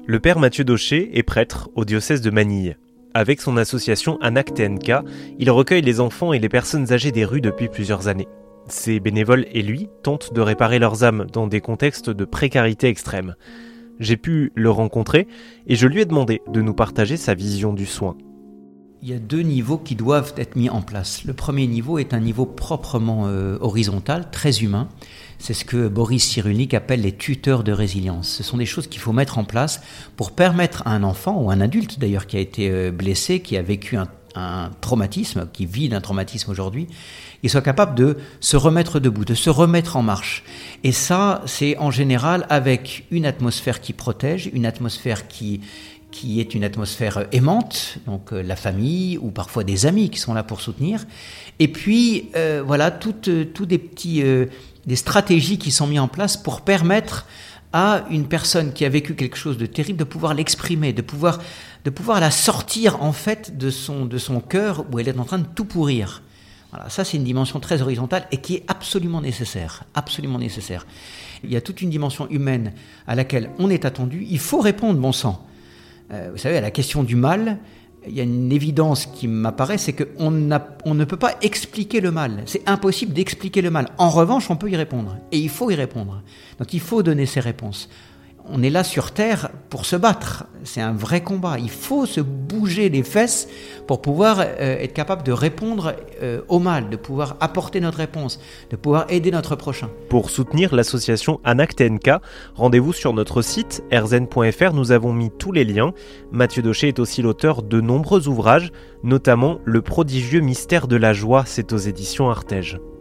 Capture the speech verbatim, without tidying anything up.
Le père Mathieu Daucher est prêtre au diocèse de Manille. Avec son association ANAC T N K, il recueille les enfants et les personnes âgées des rues depuis plusieurs années. Ses bénévoles et lui tentent de réparer leurs âmes dans des contextes de précarité extrême. J'ai pu le rencontrer et je lui ai demandé de nous partager sa vision du soin. Il y a deux niveaux qui doivent être mis en place. Le premier niveau est un niveau proprement euh, horizontal, très humain. C'est ce que Boris Cyrulnik appelle les tuteurs de résilience. Ce sont des choses qu'il faut mettre en place pour permettre à un enfant, ou un adulte d'ailleurs qui a été euh, blessé, qui a vécu un, un traumatisme, qui vit d'un traumatisme aujourd'hui, qu'il soit capable de se remettre debout, de se remettre en marche. Et ça, c'est en général avec une atmosphère qui protège, une atmosphère qui... qui est une atmosphère aimante, donc euh, la famille ou parfois des amis qui sont là pour soutenir. Et puis, euh, voilà, toutes tout des petits, euh, des stratégies qui sont mises en place pour permettre à une personne qui a vécu quelque chose de terrible de pouvoir l'exprimer, de pouvoir, de pouvoir la sortir en fait de son, de son cœur où elle est en train de tout pourrir. Voilà, ça c'est une dimension très horizontale et qui est absolument nécessaire, absolument nécessaire. Il y a toute une dimension humaine à laquelle on est attendu. Il faut répondre, bon sang. Euh, vous savez, à la question du mal, il y a une évidence qui m'apparaît, c'est qu'on on ne peut pas expliquer le mal. C'est impossible d'expliquer le mal. En revanche, on peut y répondre. Et il faut y répondre. Donc il faut donner ces réponses. On est là sur Terre pour se battre. C'est un vrai combat. Il faut se bouger les fesses pour pouvoir euh, être capable de répondre euh, au mal, de pouvoir apporter notre réponse, de pouvoir aider notre prochain. Pour soutenir l'association ANAC T N K, rendez-vous sur notre site r zen point f r. Nous avons mis tous les liens. Mathieu Daucher est aussi l'auteur de nombreux ouvrages, notamment Le prodigieux mystère de la joie, c'est aux éditions Artege.